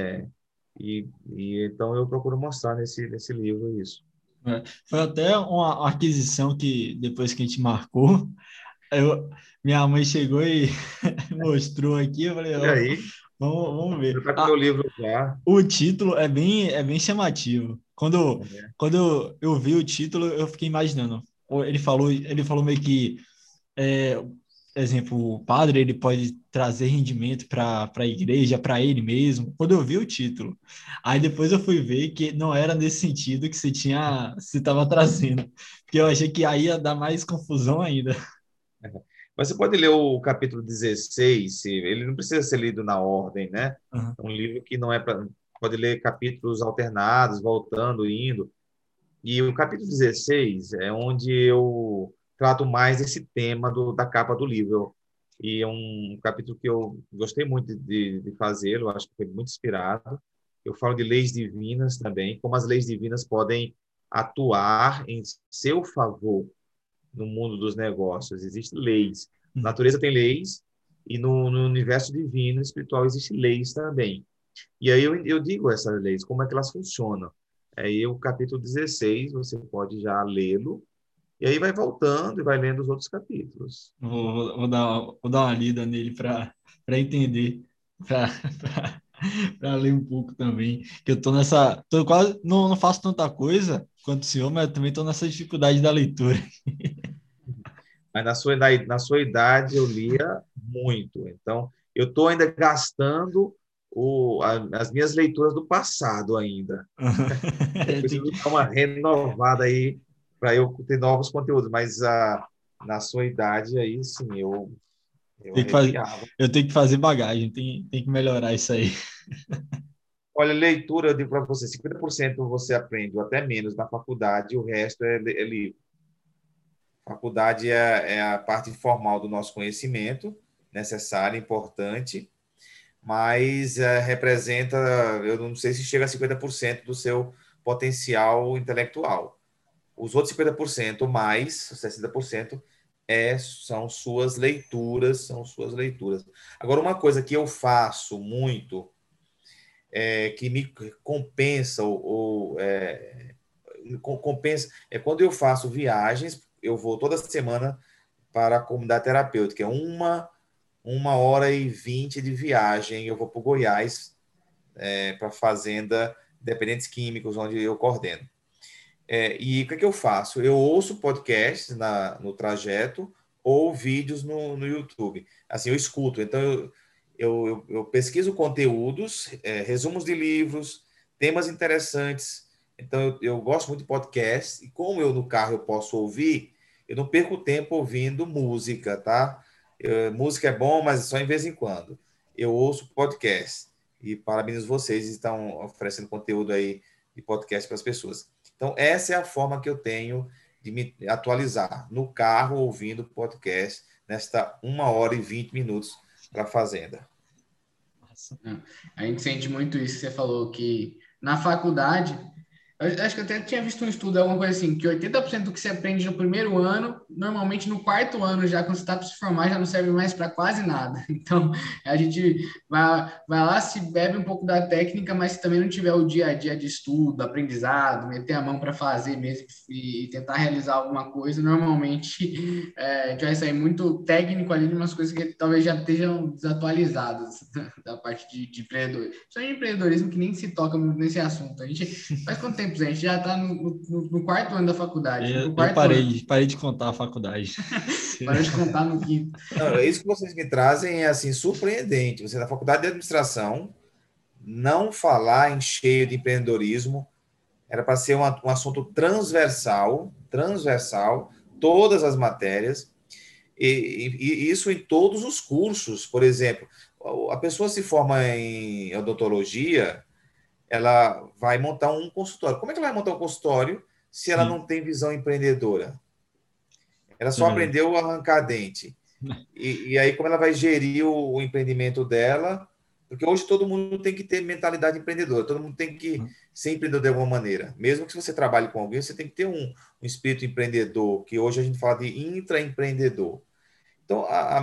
E então eu procuro mostrar nesse livro isso. Foi até uma aquisição que depois que a gente marcou, minha mãe chegou e mostrou aqui, eu falei, Olha ó, aí, vamos você ver. está com o meu livro já. O título é bem chamativo. Quando eu vi o título, eu fiquei imaginando. Ele falou meio que, é, exemplo, o padre ele pode trazer rendimento para a igreja, para ele mesmo. Quando eu vi o título, aí depois eu fui ver que não era nesse sentido que você estava trazendo, porque eu achei que aí ia dar mais confusão ainda. Mas você pode ler o capítulo 16, ele não precisa ser lido na ordem, né? Uhum. É um livro que não é para... Pode ler capítulos alternados, voltando, indo. E o capítulo 16 é onde eu trato mais esse tema da capa do livro. E é um capítulo que eu gostei muito de fazer, eu acho que foi muito inspirado. Eu falo de leis divinas também, como as leis divinas podem atuar em seu favor no mundo dos negócios. Existem leis. A Uhum. natureza tem leis e no universo divino, espiritual, existem leis também. E aí eu digo essas leis, como é que elas funcionam. Aí o capítulo 16, você pode já lê-lo, e aí vai voltando e vai lendo os outros capítulos. Vou dar uma lida nele para entender, para ler um pouco também. Que eu tô quase, não faço tanta coisa quanto o senhor, mas eu também estou nessa dificuldade da leitura. Mas na sua idade eu lia muito. Então, eu estou ainda gastando as minhas leituras do passado ainda. Eu É, preciso dar uma renovada aí eu ter novos conteúdos, mas na sua idade aí, sim, eu Tem que fazer, arrepiava. eu tenho que fazer bagagem, tem que melhorar isso aí. Olha, leitura, eu digo para você, 50% você aprende, ou até menos, na faculdade, o resto é livro. Faculdade é a parte formal do nosso conhecimento, necessária, importante, mas representa, eu não sei se chega a 50% do seu potencial intelectual. Os outros 50% mais, 60%, são suas leituras. Agora, uma coisa que eu faço muito, que me compensa, compensa, é quando eu faço viagens, eu vou toda semana para a comunidade terapêutica, é 1 hora e 20 de viagem, eu vou para o Goiás, para a fazenda Dependentes Químicos, onde eu coordeno. E o que eu faço? Eu ouço podcasts no trajeto ou vídeos no YouTube. Assim, eu escuto. Então, eu pesquiso conteúdos, resumos de livros, temas interessantes. Então, eu gosto muito de podcasts. E como eu no carro eu posso ouvir, eu não perco tempo ouvindo música, tá? Música é bom, mas só em vez em quando. Eu ouço podcast. E parabenizo vocês, estão oferecendo conteúdo aí de podcast para as pessoas. Então, essa é a forma que eu tenho de me atualizar no carro, ouvindo podcast, nesta 1 hora e 20 minutos para a Fazenda. Nossa. A gente sente muito isso que você falou, que na faculdade, eu acho que eu até tinha visto um estudo, alguma coisa assim, que 80% do que você aprende no primeiro ano, normalmente no quarto ano, já quando você está para se formar, já não serve mais para quase nada. Então, a gente vai lá, se bebe um pouco da técnica, mas se também não tiver o dia a dia de estudo, aprendizado, meter a mão para fazer mesmo e tentar realizar alguma coisa, normalmente a gente vai sair muito técnico ali de umas coisas que talvez já estejam desatualizadas da parte de empreendedor. Só de empreendedorismo que nem se toca muito nesse assunto. A gente faz quanto tempo, Zé? A gente já está no quarto ano da faculdade. No Eu quarto ano. parei de contar a faculdade. Parou de contar no quinto. Não, isso que vocês me trazem é assim surpreendente. Você na faculdade de administração não falar em cheio de empreendedorismo era para ser um assunto transversal, todas as matérias. E isso em todos os cursos. Por exemplo, a pessoa se forma em odontologia, ela vai montar um consultório. Como é que ela vai montar um consultório se ela Sim, não tem visão empreendedora? Ela isso é só verdade. aprendeu a arrancar dente. E aí, como ela vai gerir o empreendimento dela? Porque hoje todo mundo tem que ter mentalidade empreendedora, todo mundo tem que ser empreendedor de alguma maneira. Mesmo que você trabalhe com alguém, você tem que ter um espírito empreendedor, que hoje a gente fala de intraempreendedor. Então,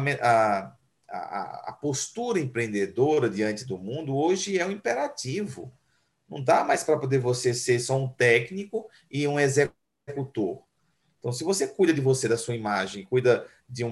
a postura empreendedora diante do mundo hoje é um imperativo. Não dá mais para poder você ser só um técnico e um executor. Então, se você cuida de você, da sua imagem, cuida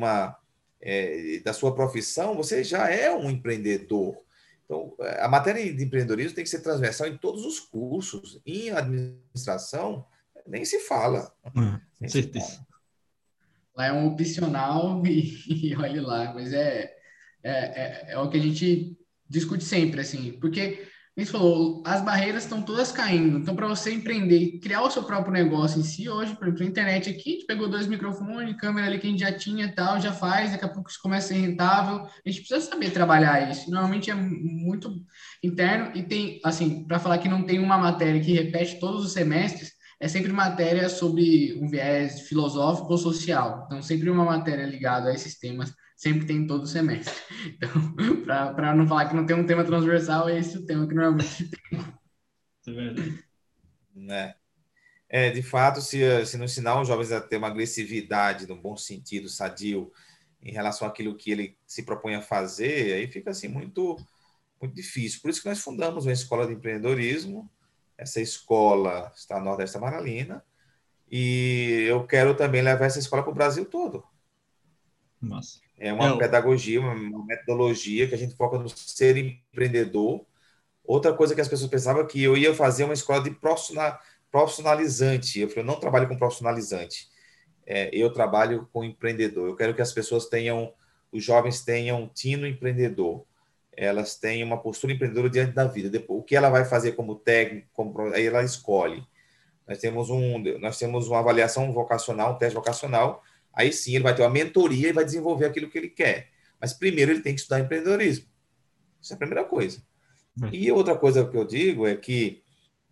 da sua profissão, você já é um empreendedor. Então, a matéria de empreendedorismo tem que ser transversal em todos os cursos. Em administração, nem se fala. Com Nem se certeza. fala. Lá é um opcional e olhe lá. Mas é o que a gente discute sempre, assim. Porque, como você falou, as barreiras estão todas caindo. Então, para você empreender e criar o seu próprio negócio em si, hoje, por exemplo, a internet aqui, a gente pegou 2 microfones, câmera ali que a gente já tinha e tal, já faz, daqui a pouco isso começa a ser rentável. A gente precisa saber trabalhar isso. Normalmente é muito interno e tem, assim, para falar que não tem uma matéria que repete todos os semestres, é sempre matéria sobre um viés filosófico ou social. Então, sempre uma matéria ligada a esses temas, sempre tem todo semestre. Então, para não falar que não tem um tema transversal, é esse o tema que normalmente tem. Isso é verdade. Né? De fato, se não ensinar os jovens a ter uma agressividade, no bom sentido, sadio, em relação àquilo que ele se propõe a fazer, aí fica assim muito, muito difícil. Por isso que nós fundamos uma escola de empreendedorismo. Essa escola está no Nordeste da Maralina e eu quero também levar essa escola para o Brasil todo. Massa. É É, uma pedagogia, uma metodologia que a gente foca no ser empreendedor. Outra coisa que as pessoas pensavam que eu ia fazer uma escola de profissionalizante. Eu falei, eu não trabalho com profissionalizante. Eu trabalho com empreendedor. Eu quero que as pessoas tenham, os jovens tenham um tino empreendedor. Elas têm uma postura empreendedora diante da vida. Depois, o que ela vai fazer como técnico, aí ela escolhe. Nós temos uma avaliação vocacional, um teste vocacional, aí sim ele vai ter uma mentoria e vai desenvolver aquilo que ele quer. Mas primeiro ele tem que estudar empreendedorismo. Isso é a primeira coisa. E outra coisa que eu digo é que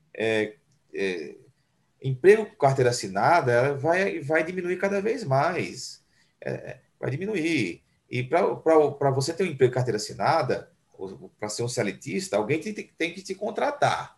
emprego com carteira assinada vai diminuir cada vez mais. Vai diminuir. E para você ter um emprego com carteira assinada, para ser um seletista, alguém tem que te contratar.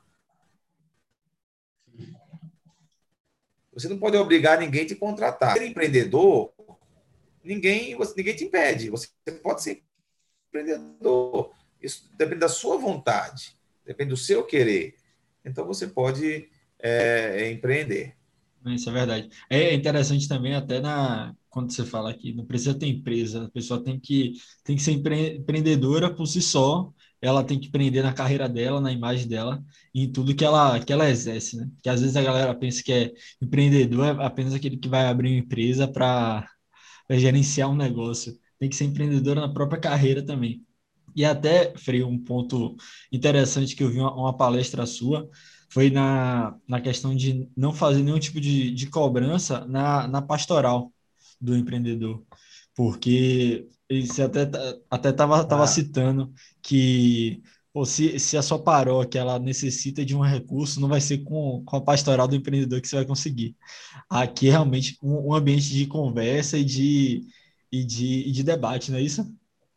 Você não pode obrigar ninguém a te contratar. Ser empreendedor, ninguém te impede. Você pode ser empreendedor. Isso depende da sua vontade, depende do seu querer. Então, você pode empreender. Isso é verdade. É interessante também até quando você fala que não precisa ter empresa, a pessoa tem que ser empreendedora por si só, ela tem que empreender na carreira dela, na imagem dela, e em tudo que ela exerce, né? Que às vezes a galera pensa que é empreendedor é apenas aquele que vai abrir uma empresa para gerenciar um negócio. Tem que ser empreendedora na própria carreira também. E até, Frei, um ponto interessante que eu vi uma palestra sua foi na questão de não fazer nenhum tipo de cobrança na pastoral do empreendedor. Porque você até tava citando que pô, se a sua paróquia ela necessita de um recurso, não vai ser com a pastoral do empreendedor que você vai conseguir. Aqui é realmente um ambiente de conversa e de debate, não é isso?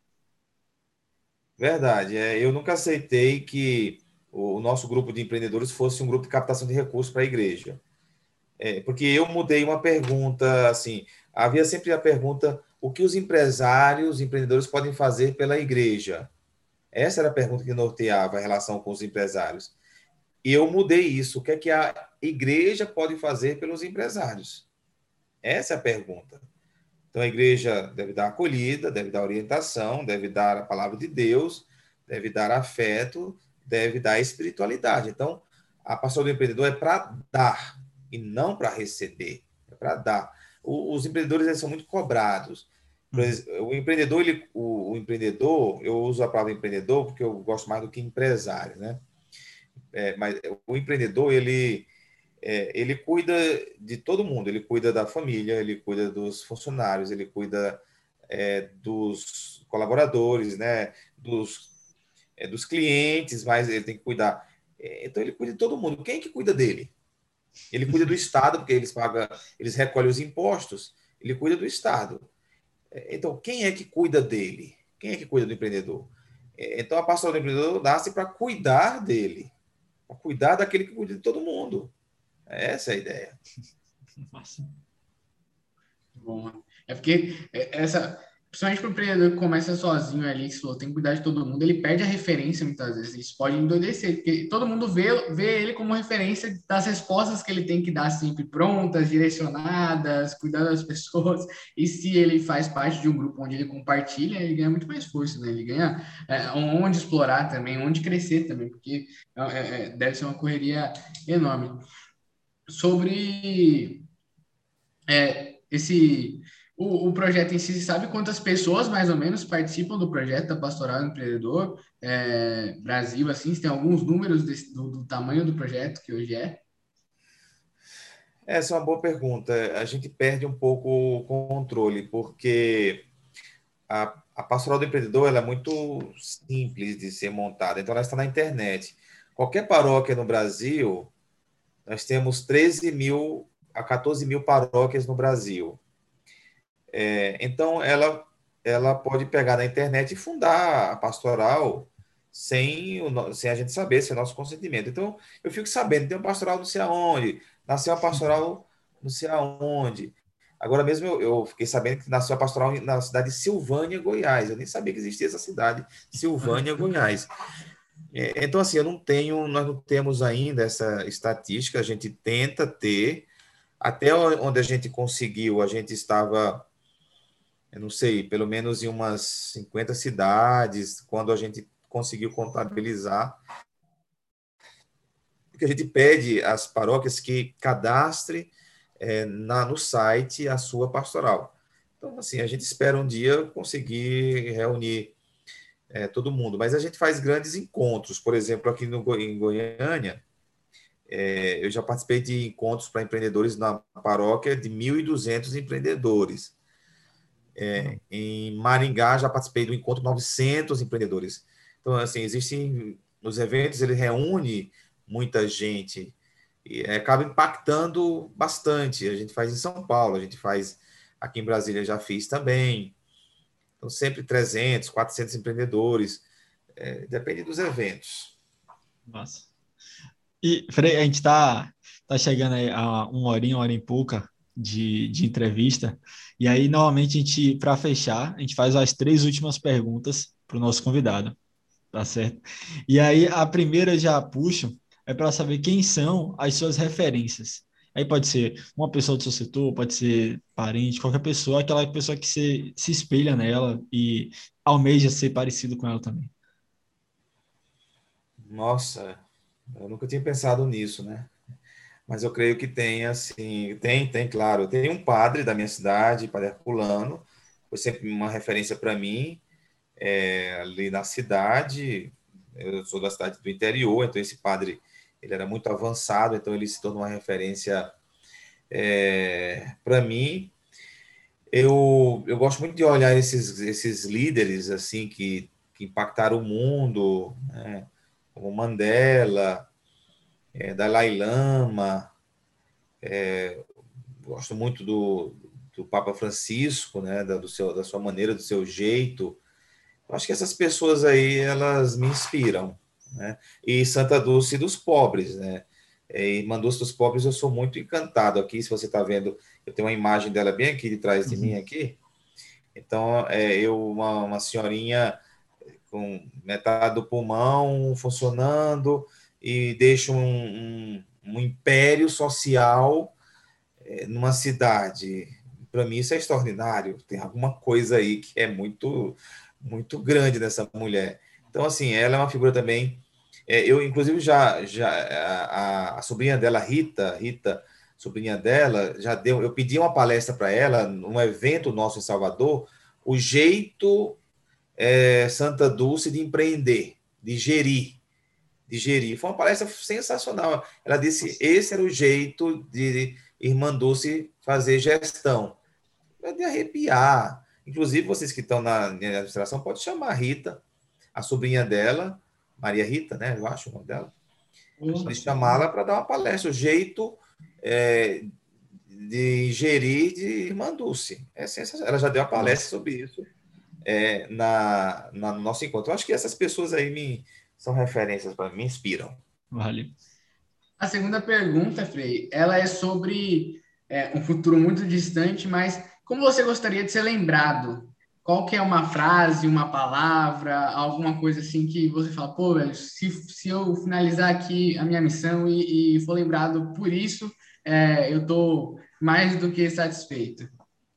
Verdade. Eu nunca aceitei que o nosso grupo de empreendedores fosse um grupo de captação de recursos para a igreja. Porque eu mudei uma pergunta, assim, havia sempre a pergunta, o que os empreendedores podem fazer pela igreja? Essa era a pergunta que norteava a relação com os empresários. E eu mudei isso. O que é que a igreja pode fazer pelos empresários? Essa é a pergunta. Então, a igreja deve dar acolhida, deve dar orientação, deve dar a palavra de Deus, deve dar afeto, deve dar espiritualidade. Então, a pastoral do empreendedor é para dar e não para receber, é para dar. Os empreendedores eles são muito cobrados. O empreendedor, o empreendedor, eu uso a palavra empreendedor porque eu gosto mais do que empresário, né? Mas o empreendedor, ele cuida de todo mundo, ele cuida da família, ele cuida dos funcionários, ele cuida dos colaboradores, né? Dos clientes, mas ele tem que cuidar. Então, ele cuida de todo mundo. Quem é que cuida dele? Ele cuida do Estado, porque eles recolhem os impostos, ele cuida do Estado. Então, quem é que cuida dele? Quem é que cuida do empreendedor? Então, a pastoral do empreendedor nasce para cuidar dele, para cuidar daquele que cuida de todo mundo. Essa é a ideia. Massa. Bom, é porque principalmente para o empreendedor que começa sozinho ali, que você falou, tem que cuidar de todo mundo, ele perde a referência muitas vezes, isso pode endoidecer, porque todo mundo vê ele como referência das respostas que ele tem que dar sempre prontas, direcionadas, cuidar das pessoas, e se ele faz parte de um grupo onde ele compartilha, ele ganha muito mais força, né? Ele ganha onde explorar também, onde crescer também, porque deve ser uma correria enorme. Sobre o projeto em si, você sabe quantas pessoas mais ou menos participam do projeto da Pastoral Empreendedor Brasil, assim, você tem alguns números do tamanho do projeto que hoje é? Essa é uma boa pergunta. A gente perde um pouco o controle, porque a pastoral do empreendedor ela é muito simples de ser montada, então ela está na internet. Qualquer paróquia no Brasil, nós temos 13 mil a 14 mil paróquias no Brasil. Então, ela pode pegar na internet e fundar a pastoral sem a gente saber, sem o nosso consentimento. Então, eu fico sabendo, tem uma pastoral não sei aonde, nasceu uma pastoral não sei aonde. Agora mesmo eu fiquei sabendo que nasceu a pastoral na cidade de Silvânia, Goiás. Eu nem sabia que existia essa cidade, Silvânia, Goiás. Então, assim, nós não temos ainda essa estatística, a gente tenta ter, até onde a gente conseguiu, a gente estava, eu não sei, pelo menos em umas 50 cidades, quando a gente conseguiu contabilizar, porque a gente pede às paróquias que cadastre no site a sua pastoral. Então, assim, a gente espera um dia conseguir reunir todo mundo, mas a gente faz grandes encontros, por exemplo, aqui em Goiânia, Eu já participei de encontros para empreendedores na paróquia de 1.200 empreendedores. Em Maringá, já participei do encontro de 900 empreendedores. Então, assim, existem nos eventos, ele reúne muita gente e acaba impactando bastante. A gente faz em São Paulo, a gente faz aqui em Brasília, já fiz também. Então, sempre 300, 400 empreendedores. Depende dos eventos. Nossa. E, Frei, a gente tá chegando aí a uma hora e pouca de entrevista. E aí, normalmente, para fechar, a gente faz as três últimas perguntas para o nosso convidado, tá certo? E aí, a primeira eu já puxo, é para saber quem são as suas referências. Aí pode ser uma pessoa do seu setor, pode ser parente, qualquer pessoa, aquela pessoa que você se espelha nela e almeja ser parecido com ela também. Nossa, eu nunca tinha pensado nisso, né? Mas eu creio que tem, assim, tem, claro. Tem um padre da minha cidade, Padre Herculano, foi sempre uma referência para mim, ali na cidade. Eu sou da cidade do interior, então esse padre, ele era muito avançado, então ele se tornou uma referência para mim. Eu gosto muito de olhar esses líderes, assim, que impactaram o mundo, né? Como Mandela, Dalai Lama. Gosto muito do Papa Francisco, né, da sua maneira, do seu jeito. Eu acho que essas pessoas aí, elas me inspiram, né? E Santa Dulce dos pobres, né? E Irmã Dulce dos pobres, eu sou muito encantado aqui. Se você está vendo, eu tenho uma imagem dela bem aqui de trás de mim Uhum. aqui. Então, uma senhorinha com metade do pulmão funcionando e deixa um império social numa cidade. Para mim, isso é extraordinário. Tem alguma coisa aí que é muito, muito grande nessa mulher. Então, assim, ela é uma figura também. Eu, inclusive, já a sobrinha dela, Rita, sobrinha dela, já deu. Eu pedi uma palestra para ela num evento nosso em Salvador, o jeito Santa Dulce de empreender, de gerir. Foi uma palestra sensacional. Ela disse esse era o jeito de Irmã Dulce fazer gestão. É de arrepiar. Inclusive, vocês que estão na administração, pode chamar a Rita, a sobrinha dela, Maria Rita, né? Eu acho o nome dela. Pode chamá-la para dar uma palestra. O jeito de gerir de Irmã Dulce. É sensacional. Ela já deu a palestra Nossa, sobre isso no nosso encontro. Eu acho que essas pessoas aí são referências para mim, me inspiram. valeu. A segunda pergunta, Frei, ela é sobre um futuro muito distante, mas como você gostaria de ser lembrado? Qual que é uma frase, uma palavra, alguma coisa assim que você fala, pô, velho, se eu finalizar aqui a minha missão e for lembrado por isso, eu estou mais do que satisfeito.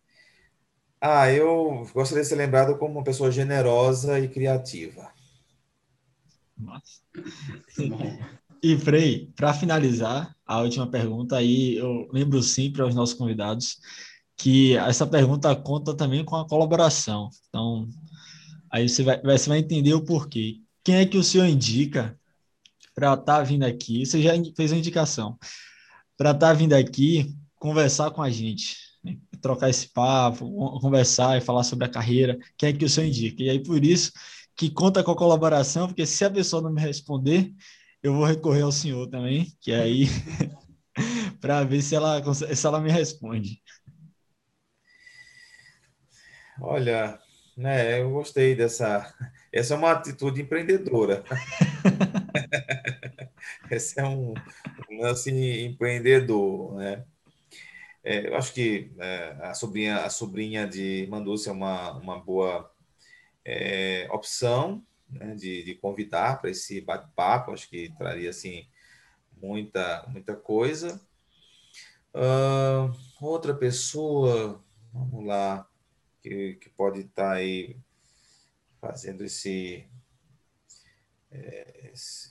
Eu gostaria de ser lembrado como uma pessoa generosa e criativa. Nossa. Muito bom. E, Frei, para finalizar a última pergunta, aí eu lembro sempre aos nossos convidados que essa pergunta conta também com a colaboração. Então, aí você vai entender o porquê. Quem é que o senhor indica para estar vindo aqui? Você já fez a indicação. Para estar vindo aqui conversar com a gente, né? Trocar esse papo, conversar e falar sobre a carreira. Quem é que o senhor indica? E aí, por isso que conta com a colaboração, porque se a pessoa não me responder, eu vou recorrer ao senhor também, que aí para ver se ela me responde. Olha, né, eu gostei dessa. Essa é uma atitude empreendedora. Esse é um lance empreendedor, né? Eu acho que a sobrinha de Mandúcia é uma boa opção, né, de convidar para esse bate-papo. Acho que traria assim muita coisa. Outra pessoa, vamos lá, que pode estar aí fazendo esse.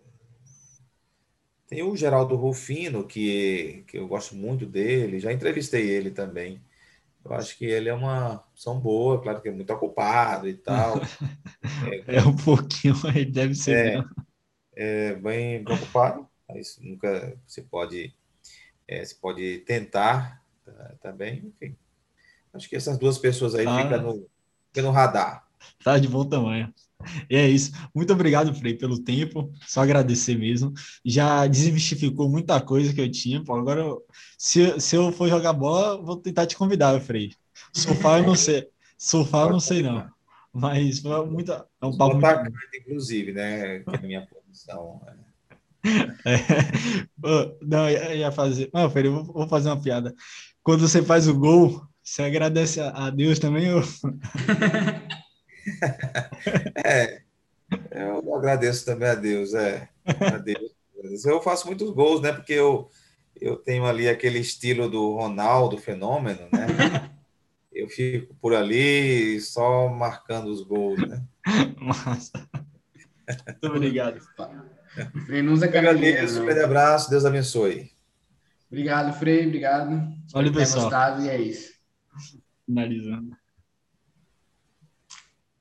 Tem o Geraldo Rufino, que eu gosto muito dele, já entrevistei ele também. Eu acho que ele é uma opção boa, claro que é muito ocupado e tal, É um pouquinho, aí deve ser mesmo. bem ocupado. Mas nunca se pode tentar também, enfim. Acho que essas duas pessoas aí Tá, fica no radar. tá de bom tamanho. E é isso. Muito obrigado, Frei, pelo tempo. Só agradecer mesmo. Já desmistificou muita coisa que eu tinha. Pô, agora, se eu for jogar bola, vou tentar te convidar, Frei. Surfar eu não sei. Surfar eu não Pode sei, não. convidar. Mas foi muito, é Eu um sou papo muito bom. atacante, inclusive, né? Que é a minha posição. É. Pô, não, eu ia fazer. Não, Frei, eu vou fazer uma piada. Quando você faz o gol, você agradece a Deus também? Ou... É, eu agradeço também a Deus, a Deus. Eu faço muitos gols, né? Porque eu tenho ali aquele estilo do Ronaldo, fenômeno, né? Eu fico por ali só marcando os gols, né? Mas, muito obrigado. O Frei não usa Eu caneleira, agradeço, um grande não. abraço, Deus abençoe. Obrigado, Frei. Obrigado. Espero Olha, que tenha pessoal, gostado e é isso. finalizando.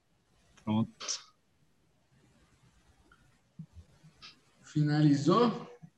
Pronto. Finalizou?